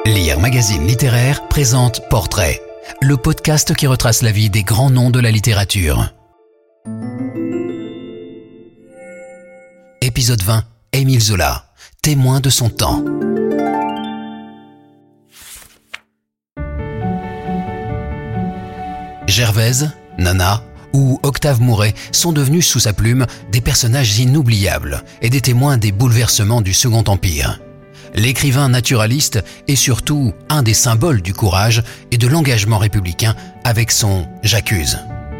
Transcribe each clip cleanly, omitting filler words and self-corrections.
Lire Magazine Littéraire présente Portrait, le podcast qui retrace la vie des grands noms de la littérature. Épisode 20, Émile Zola, témoin de son temps. Gervaise, Nana ou Octave Mouret sont devenus sous sa plume des personnages inoubliables et des témoins des bouleversements du Second Empire. L'écrivain naturaliste est surtout un des symboles du courage et de l'engagement républicain avec son « J'accuse ».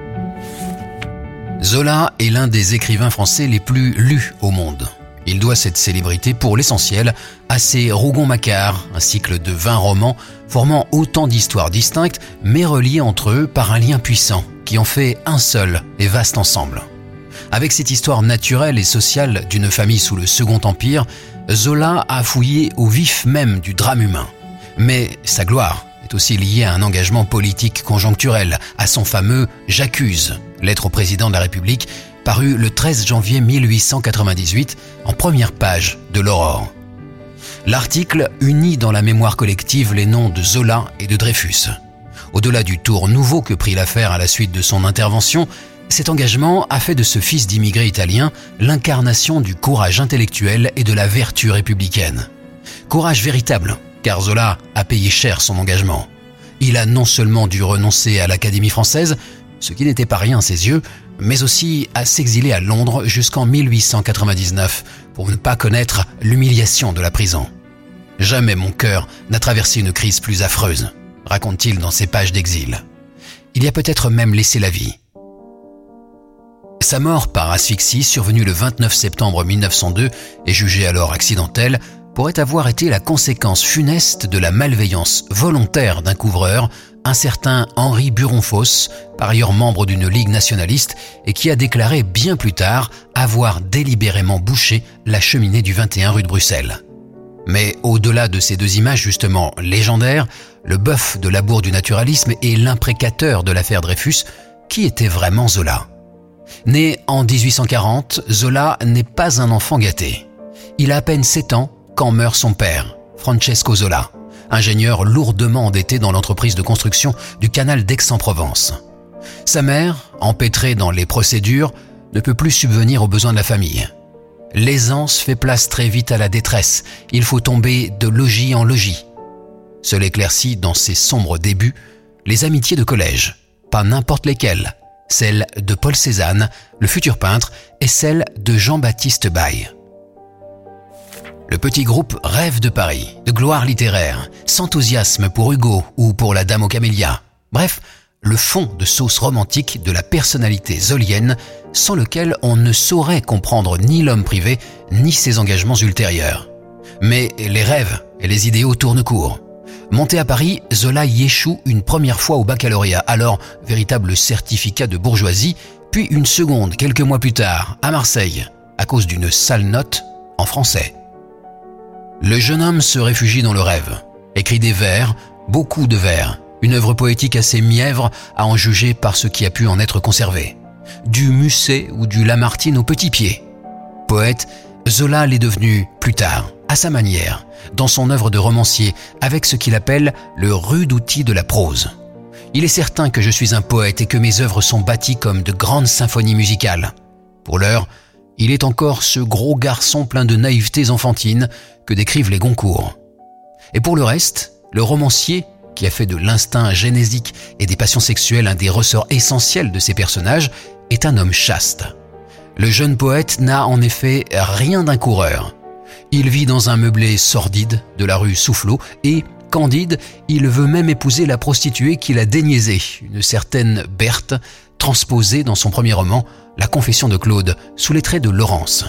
Zola est l'un des écrivains français les plus lus au monde. Il doit cette célébrité pour l'essentiel à ses Rougon-Macquart, un cycle de 20 romans formant autant d'histoires distinctes mais reliées entre eux par un lien puissant qui en fait un seul et vaste ensemble. Avec cette histoire naturelle et sociale d'une famille sous le Second Empire, Zola a fouillé au vif même du drame humain. Mais sa gloire est aussi liée à un engagement politique conjoncturel, à son fameux « J'accuse », lettre au président de la République, paru le 13 janvier 1898 en première page de l'Aurore. L'article unit dans la mémoire collective les noms de Zola et de Dreyfus. Au-delà du tour nouveau que prit l'affaire à la suite de son intervention, cet engagement a fait de ce fils d'immigrés italiens l'incarnation du courage intellectuel et de la vertu républicaine. Courage véritable, car Zola a payé cher son engagement. Il a non seulement dû renoncer à l'Académie française, ce qui n'était pas rien à ses yeux, mais aussi à s'exiler à Londres jusqu'en 1899 pour ne pas connaître l'humiliation de la prison. « Jamais mon cœur n'a traversé une crise plus affreuse », raconte-t-il dans ses pages d'exil. Il y a peut-être même laissé la vie. Sa mort par asphyxie, survenue le 29 septembre 1902 et jugée alors accidentelle, pourrait avoir été la conséquence funeste de la malveillance volontaire d'un couvreur, un certain Henri Buronfosse, par ailleurs membre d'une ligue nationaliste et qui a déclaré bien plus tard avoir délibérément bouché la cheminée du 21 rue de Bruxelles. Mais au-delà de ces deux images justement légendaires, le bœuf de labour du naturalisme et l'imprécateur de l'affaire Dreyfus, qui était vraiment Zola ? Né en 1840, Zola n'est pas un enfant gâté. Il a à peine 7 ans quand meurt son père, Francesco Zola, ingénieur lourdement endetté dans l'entreprise de construction du canal d'Aix-en-Provence. Sa mère, empêtrée dans les procédures, ne peut plus subvenir aux besoins de la famille. L'aisance fait place très vite à la détresse. Il faut tomber de logis en logis. Seul éclairci dans ses sombres débuts, les amitiés de collège, pas n'importe lesquelles, celle de Paul Cézanne, le futur peintre, et celle de Jean-Baptiste Baye. Le petit groupe rêve de Paris, de gloire littéraire, s'enthousiasme pour Hugo ou pour la Dame aux camélias. Bref, le fond de sauce romantique de la personnalité zolienne sans lequel on ne saurait comprendre ni l'homme privé ni ses engagements ultérieurs. Mais les rêves et les idéaux tournent court. Monté à Paris, Zola y échoue une première fois au baccalauréat, alors véritable certificat de bourgeoisie, puis une seconde quelques mois plus tard, à Marseille, à cause d'une sale note en français. Le jeune homme se réfugie dans le rêve, écrit des vers, beaucoup de vers, une œuvre poétique assez mièvre à en juger par ce qui a pu en être conservé. Du Musset ou du Lamartine au petit pied. Poète, Zola l'est devenu plus tard, à sa manière, dans son œuvre de romancier, avec ce qu'il appelle le rude outil de la prose. Il est certain que je suis un poète et que mes œuvres sont bâties comme de grandes symphonies musicales. Pour l'heure, il est encore ce gros garçon plein de naïvetés enfantines que décrivent les Goncourt. Et pour le reste, le romancier, qui a fait de l'instinct génésique et des passions sexuelles un des ressorts essentiels de ses personnages, est un homme chaste. Le jeune poète n'a en effet rien d'un coureur. Il vit dans un meublé sordide de la rue Soufflot et, candide, il veut même épouser la prostituée qu'il a déniaisée, une certaine Berthe, transposée dans son premier roman, La Confession de Claude, sous les traits de Laurence.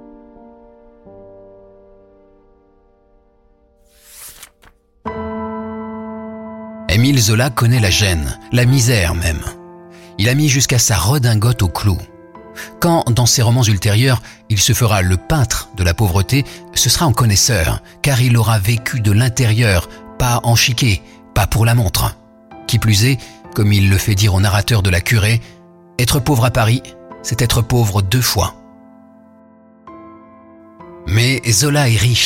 Émile Zola connaît la gêne, la misère même. Il a mis jusqu'à sa redingote au clou. Quand, dans ses romans ultérieurs, il se fera le peintre de la pauvreté, ce sera en connaisseur, car il aura vécu de l'intérieur, pas en chiquet, pas pour la montre. Qui plus est, comme il le fait dire au narrateur de La Curée, être pauvre à Paris, c'est être pauvre 2 fois. Mais Zola est riche,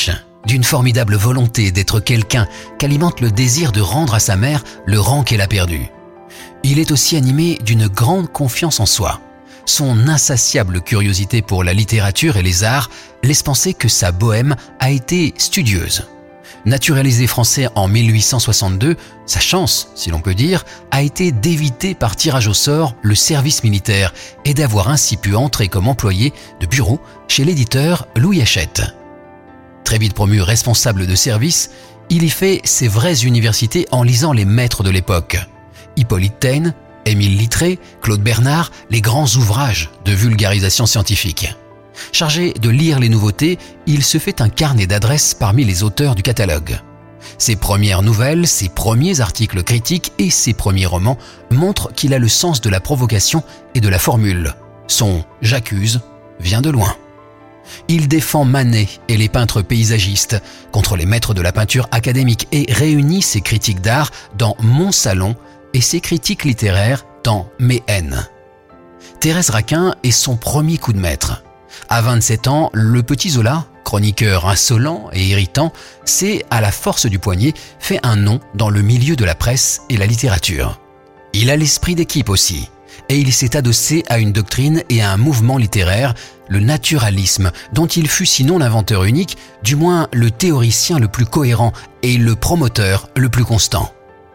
d'une formidable volonté d'être quelqu'un qu'alimente le désir de rendre à sa mère le rang qu'elle a perdu. Il est aussi animé d'une grande confiance en soi. Son insatiable curiosité pour la littérature et les arts laisse penser que sa bohème a été studieuse. Naturalisé français en 1862, sa chance, si l'on peut dire, a été d'éviter par tirage au sort le service militaire et d'avoir ainsi pu entrer comme employé de bureau chez l'éditeur Louis Hachette. Très vite promu responsable de service, il y fait ses vraies universités en lisant les maîtres de l'époque. Hippolyte Taine, Émile Littré, Claude Bernard, les grands ouvrages de vulgarisation scientifique. Chargé de lire les nouveautés, il se fait un carnet d'adresses parmi les auteurs du catalogue. Ses premières nouvelles, ses premiers articles critiques et ses premiers romans montrent qu'il a le sens de la provocation et de la formule. Son « j'accuse » vient de loin. Il défend Manet et les peintres paysagistes contre les maîtres de la peinture académique et réunit ses critiques d'art dans Mon Salon et ses critiques littéraires dans Mes haines. Thérèse Raquin est son premier coup de maître. À 27 ans, le petit Zola, chroniqueur insolent et irritant, s'est, à la force du poignet, fait un nom dans le milieu de la presse et la littérature. Il a l'esprit d'équipe aussi, et il s'est adossé à une doctrine et à un mouvement littéraire, le naturalisme, dont il fut sinon l'inventeur unique, du moins le théoricien le plus cohérent et le promoteur le plus constant.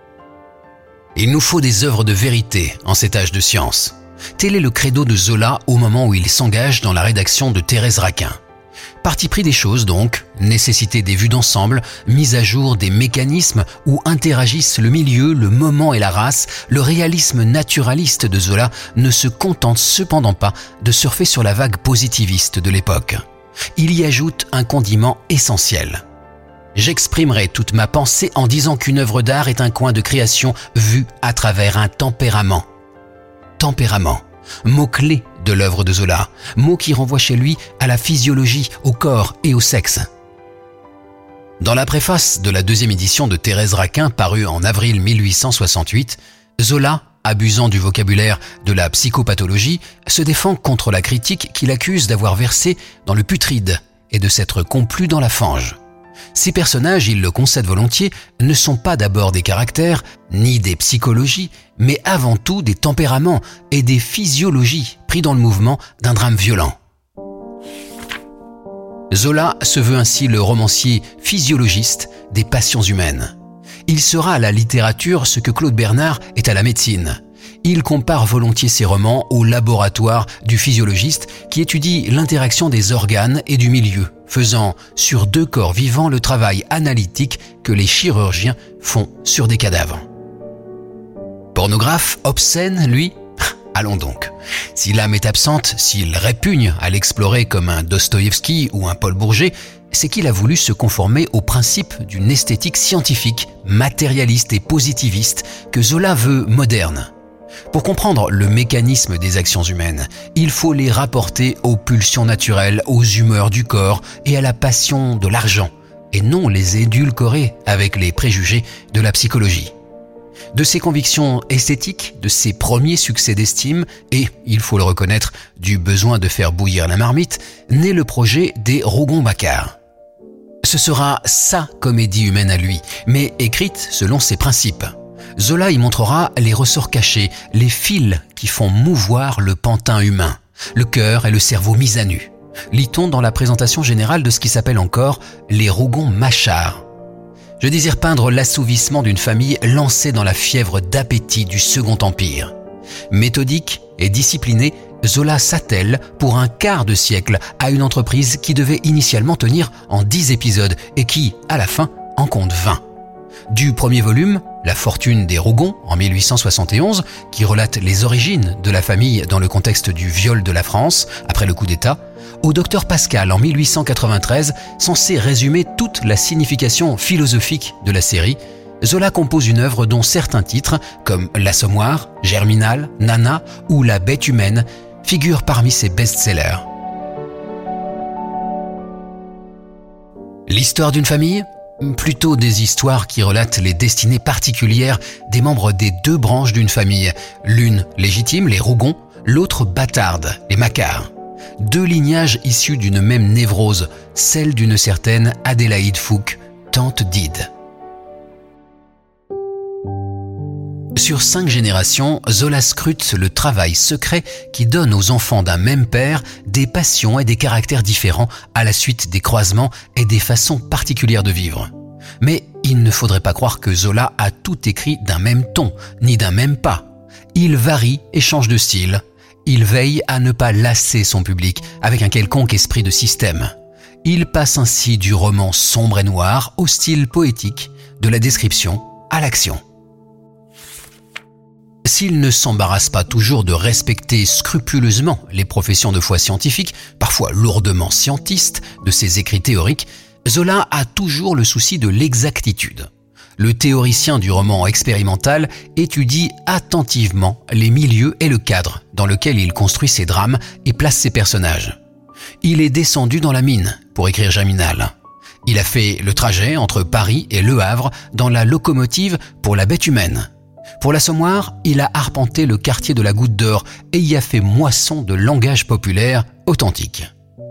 Il nous faut des œuvres de vérité en cet âge de science. Tel est le credo de Zola au moment où il s'engage dans la rédaction de Thérèse Raquin. Parti pris des choses donc, nécessité des vues d'ensemble, mise à jour des mécanismes où interagissent le milieu, le moment et la race, le réalisme naturaliste de Zola ne se contente cependant pas de surfer sur la vague positiviste de l'époque. Il y ajoute un condiment essentiel. J'exprimerai toute ma pensée en disant qu'une œuvre d'art est un coin de création vu à travers un tempérament. Tempérament, mot-clé de l'œuvre de Zola, mot qui renvoie chez lui à la physiologie, au corps et au sexe. Dans la préface de la deuxième édition de Thérèse Raquin parue en avril 1868, Zola, abusant du vocabulaire de la psychopathologie, se défend contre la critique qu'il accuse d'avoir versé dans le putride et de s'être complu dans la fange. Ces personnages, il le concède volontiers, ne sont pas d'abord des caractères, ni des psychologies, mais avant tout des tempéraments et des physiologies pris dans le mouvement d'un drame violent. Zola se veut ainsi le romancier physiologiste des passions humaines. Il sera à la littérature ce que Claude Bernard est à la médecine. Il compare volontiers ses romans au laboratoire du physiologiste qui étudie l'interaction des organes et du milieu, faisant sur deux corps vivants le travail analytique que les chirurgiens font sur des cadavres. Pornographe, obscène, lui ? Allons donc. Si l'âme est absente, s'il répugne à l'explorer comme un Dostoïevski ou un Paul Bourget, c'est qu'il a voulu se conformer aux principes d'une esthétique scientifique, matérialiste et positiviste que Zola veut moderne. Pour comprendre le mécanisme des actions humaines, il faut les rapporter aux pulsions naturelles, aux humeurs du corps et à la passion de l'argent, et non les édulcorer avec les préjugés de la psychologie. De ses convictions esthétiques, de ses premiers succès d'estime et, il faut le reconnaître, du besoin de faire bouillir la marmite, naît le projet des Rougon-Macquart. Ce sera sa comédie humaine à lui, mais écrite selon ses principes. Zola y montrera les ressorts cachés, les fils qui font mouvoir le pantin humain, le cœur et le cerveau mis à nu. Lit-on dans la présentation générale de ce qui s'appelle encore les Rougon-Macquart. Je désire peindre l'assouvissement d'une famille lancée dans la fièvre d'appétit du Second Empire. Méthodique et discipliné, Zola s'attelle pour un quart de siècle à une entreprise qui devait initialement tenir en 10 épisodes et qui, à la fin, en compte 20. Du premier volume, La fortune des Rougon, en 1871, qui relate les origines de la famille dans le contexte du viol de la France après le coup d'État, au Docteur Pascal en 1893, censé résumer toute la signification philosophique de la série, Zola compose une œuvre dont certains titres, comme L'Assommoir, Germinal, Nana ou La Bête humaine, figurent parmi ses best-sellers. L'histoire d'une famille ? Plutôt des histoires qui relatent les destinées particulières des membres des deux branches d'une famille, l'une légitime, les Rougon, l'autre bâtarde, les Macquart. Deux lignages issus d'une même névrose, celle d'une certaine Adélaïde Fouque, tante d'Ide. Sur 5 générations, Zola scrute le travail secret qui donne aux enfants d'un même père des passions et des caractères différents à la suite des croisements et des façons particulières de vivre. Mais il ne faudrait pas croire que Zola a tout écrit d'un même ton, ni d'un même pas. Il varie et change de style. Il veille à ne pas lasser son public avec un quelconque esprit de système. Il passe ainsi du roman sombre et noir au style poétique, de la description à l'action. S'il ne s'embarrasse pas toujours de respecter scrupuleusement les professions de foi scientifiques, parfois lourdement scientistes, de ses écrits théoriques, Zola a toujours le souci de l'exactitude. Le théoricien du roman expérimental étudie attentivement les milieux et le cadre dans lequel il construit ses drames et place ses personnages. Il est descendu dans la mine pour écrire Germinal. Il a fait le trajet entre Paris et Le Havre dans la locomotive pour La Bête humaine. Pour l'Assommoir, il a arpenté le quartier de la Goutte d'Or et y a fait moisson de langage populaire authentique.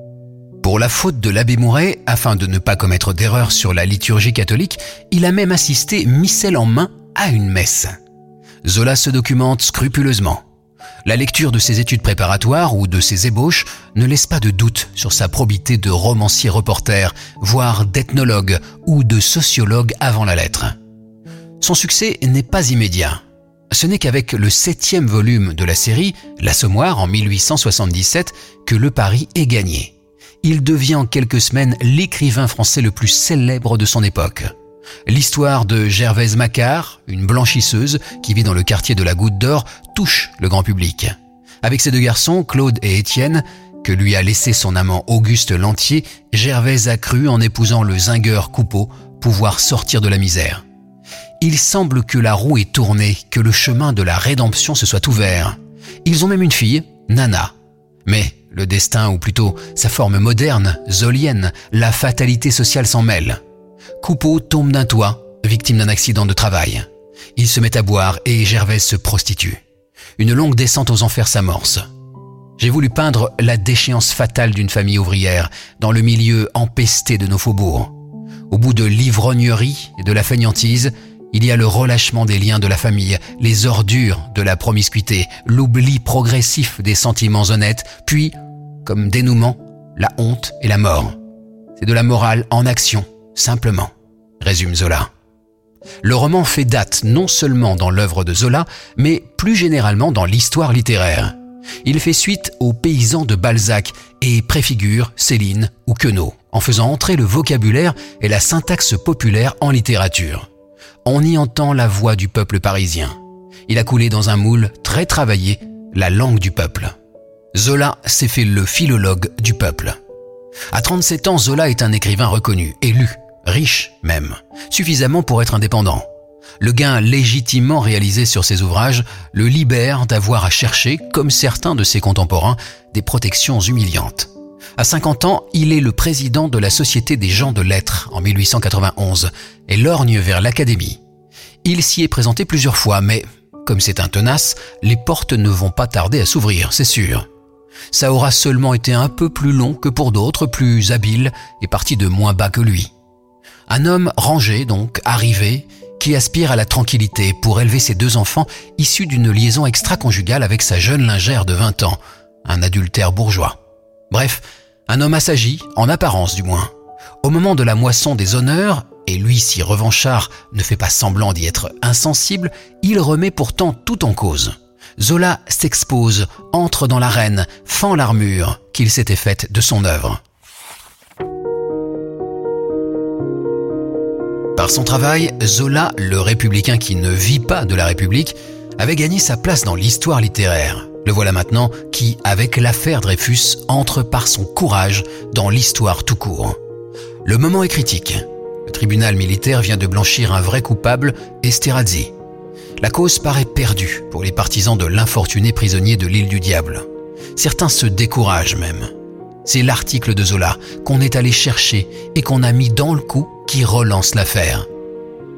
Pour la faute de l'abbé Mouret, afin de ne pas commettre d'erreur sur la liturgie catholique, il a même assisté, missel en main, à une messe. Zola se documente scrupuleusement. La lecture de ses études préparatoires ou de ses ébauches ne laisse pas de doute sur sa probité de romancier-reporter, voire d'ethnologue ou de sociologue avant la lettre. Son succès n'est pas immédiat. Ce n'est qu'avec le 7e volume de la série, L'Assommoir en 1877, que le pari est gagné. Il devient en quelques semaines l'écrivain français le plus célèbre de son époque. L'histoire de Gervaise Macquart, une blanchisseuse qui vit dans le quartier de la Goutte d'Or, touche le grand public. Avec ses 2 garçons, Claude et Étienne, que lui a laissé son amant Auguste Lantier, Gervaise a cru, en épousant le zingueur Coupeau, pouvoir sortir de la misère. Il semble que la roue est tournée, que le chemin de la rédemption se soit ouvert. Ils ont même une fille, Nana. Mais le destin, ou plutôt sa forme moderne, zolienne, la fatalité sociale s'en mêle. Coupeau tombe d'un toit, victime d'un accident de travail. Il se met à boire et Gervaise se prostitue. Une longue descente aux enfers s'amorce. J'ai voulu peindre la déchéance fatale d'une famille ouvrière dans le milieu empesté de nos faubourgs. Au bout de l'ivrognerie et de la fainéantise, il y a le relâchement des liens de la famille, les ordures de la promiscuité, l'oubli progressif des sentiments honnêtes, puis, comme dénouement, la honte et la mort. C'est de la morale en action, simplement, résume Zola. Le roman fait date non seulement dans l'œuvre de Zola, mais plus généralement dans l'histoire littéraire. Il fait suite aux paysans de Balzac et préfigure Céline ou Queneau, en faisant entrer le vocabulaire et la syntaxe populaire en littérature. On y entend la voix du peuple parisien. Il a coulé dans un moule très travaillé la langue du peuple. Zola s'est fait le philologue du peuple. À 37 ans, Zola est un écrivain reconnu, élu, riche même, suffisamment pour être indépendant. Le gain légitimement réalisé sur ses ouvrages le libère d'avoir à chercher, comme certains de ses contemporains, des protections humiliantes. À 50 ans, il est le président de la Société des gens de lettres en 1891 et lorgne vers l'Académie. Il s'y est présenté plusieurs fois, mais comme c'est un tenace, les portes ne vont pas tarder à s'ouvrir, c'est sûr. Ça aura seulement été un peu plus long que pour d'autres, plus habiles et partis de moins bas que lui. Un homme rangé, donc, arrivé, qui aspire à la tranquillité pour élever ses 2 enfants issus d'une liaison extra-conjugale avec sa jeune lingère de 20 ans, un adultère bourgeois. Bref, un homme assagi, en apparence du moins. Au moment de la moisson des honneurs, et lui si revanchard ne fait pas semblant d'y être insensible, il remet pourtant tout en cause. Zola s'expose, entre dans l'arène, fend l'armure qu'il s'était faite de son œuvre. Par son travail, Zola, le républicain qui ne vit pas de la République, avait gagné sa place dans l'histoire littéraire. Le voilà maintenant qui, avec l'affaire Dreyfus, entre par son courage dans l'histoire tout court. Le moment est critique. Le tribunal militaire vient de blanchir un vrai coupable, Esterhazy. La cause paraît perdue pour les partisans de l'infortuné prisonnier de l'île du Diable. Certains se découragent même. C'est l'article de Zola qu'on est allé chercher et qu'on a mis dans le coup qui relance l'affaire.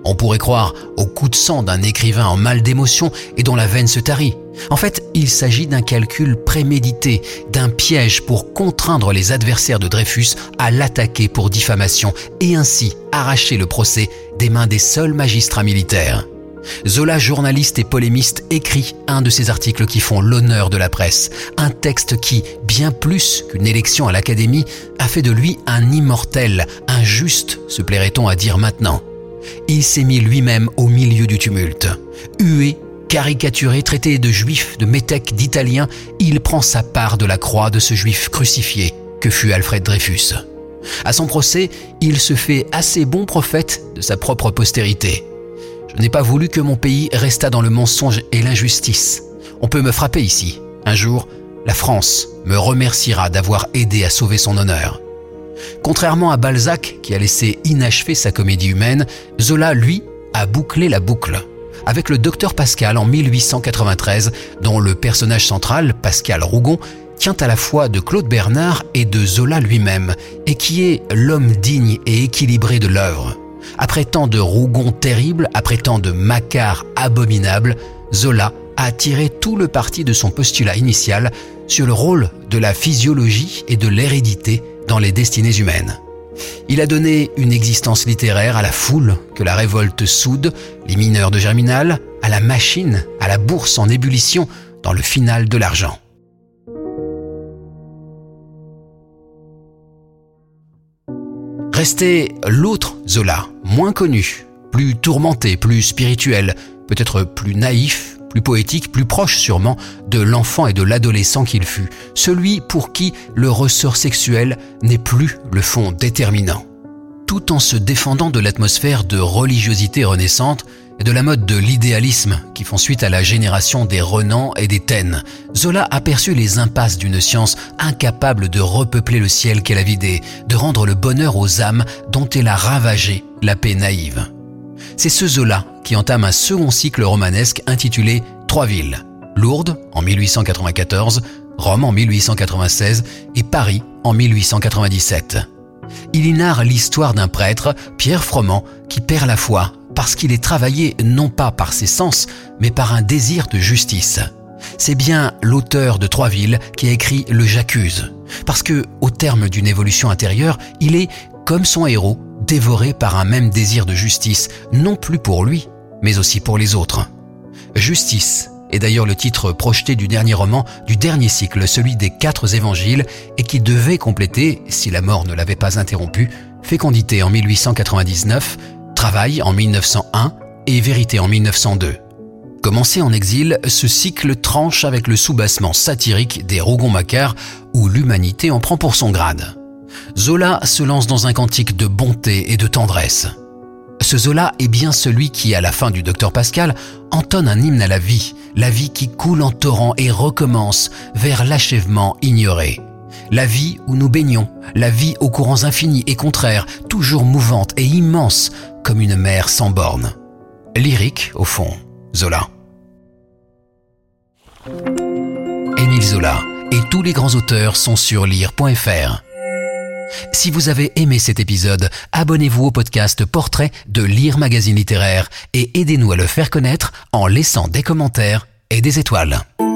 On pourrait croire au coup de sang d'un écrivain en mal d'émotion et dont la veine se tarit. En fait, il s'agit d'un calcul prémédité, d'un piège pour contraindre les adversaires de Dreyfus à l'attaquer pour diffamation et ainsi arracher le procès des mains des seuls magistrats militaires. Zola, journaliste et polémiste, écrit un de ces articles qui font l'honneur de la presse. Un texte qui, bien plus qu'une élection à l'Académie, a fait de lui un immortel, un juste, se plairait-on à dire maintenant. Il s'est mis lui-même au milieu du tumulte. Hué, caricaturé, traité de juif, de métèque, d'italien, il prend sa part de la croix de ce juif crucifié que fut Alfred Dreyfus. À son procès, il se fait assez bon prophète de sa propre postérité. Je n'ai pas voulu que mon pays restât dans le mensonge et l'injustice. On peut me frapper ici. Un jour, la France me remerciera d'avoir aidé à sauver son honneur. Contrairement à Balzac, qui a laissé inachevé sa comédie humaine, Zola, lui, a bouclé la boucle. Avec le docteur Pascal en 1893, dont le personnage central, Pascal Rougon, tient à la fois de Claude Bernard et de Zola lui-même, et qui est l'homme digne et équilibré de l'œuvre. Après tant de Rougon terribles, après tant de Macquart abominables, Zola a tiré tout le parti de son postulat initial sur le rôle de la physiologie et de l'hérédité dans les destinées humaines. Il a donné une existence littéraire à la foule que la révolte soude, les mineurs de Germinal, à la machine, à la bourse en ébullition dans le final de l'argent. Restait l'autre Zola, moins connu, plus tourmenté, plus spirituel, peut-être plus naïf, plus poétique, plus proche sûrement de l'enfant et de l'adolescent qu'il fut, celui pour qui le ressort sexuel n'est plus le fond déterminant. Tout en se défendant de l'atmosphère de religiosité renaissante et de la mode de l'idéalisme qui font suite à la génération des Renan et des Taine, Zola aperçut les impasses d'une science incapable de repeupler le ciel qu'elle a vidé, de rendre le bonheur aux âmes dont elle a ravagé la paix naïve. C'est ce Zola qui entame un second cycle romanesque intitulé Trois villes, Lourdes en 1894, Rome en 1896 et Paris en 1897. Il y narre l'histoire d'un prêtre, Pierre Froment, qui perd la foi parce qu'il est travaillé non pas par ses sens, mais par un désir de justice. C'est bien l'auteur de Trois villes qui a écrit Le J'accuse, parce que, au terme d'une évolution intérieure, il est, comme son héros, dévoré par un même désir de justice, non plus pour lui, mais aussi pour les autres. Justice est d'ailleurs le titre projeté du dernier roman du dernier cycle, celui des 4 évangiles, et qui devait compléter, si la mort ne l'avait pas interrompu, Fécondité en 1899, Travail en 1901 et Vérité en 1902. Commencé en exil, ce cycle tranche avec le soubassement satirique des Rougon-Macquart où l'humanité en prend pour son grade. Zola se lance dans un cantique de bonté et de tendresse. Ce Zola est bien celui qui, à la fin du Docteur Pascal, entonne un hymne à la vie qui coule en torrent et recommence vers l'achèvement ignoré. La vie où nous baignons, la vie aux courants infinis et contraires, toujours mouvante et immense comme une mer sans bornes. Lyrique, au fond, Zola. Émile Zola et tous les grands auteurs sont sur lire.fr. Si vous avez aimé cet épisode, abonnez-vous au podcast Portrait de Lire Magazine Littéraire et aidez-nous à le faire connaître en laissant des commentaires et des étoiles.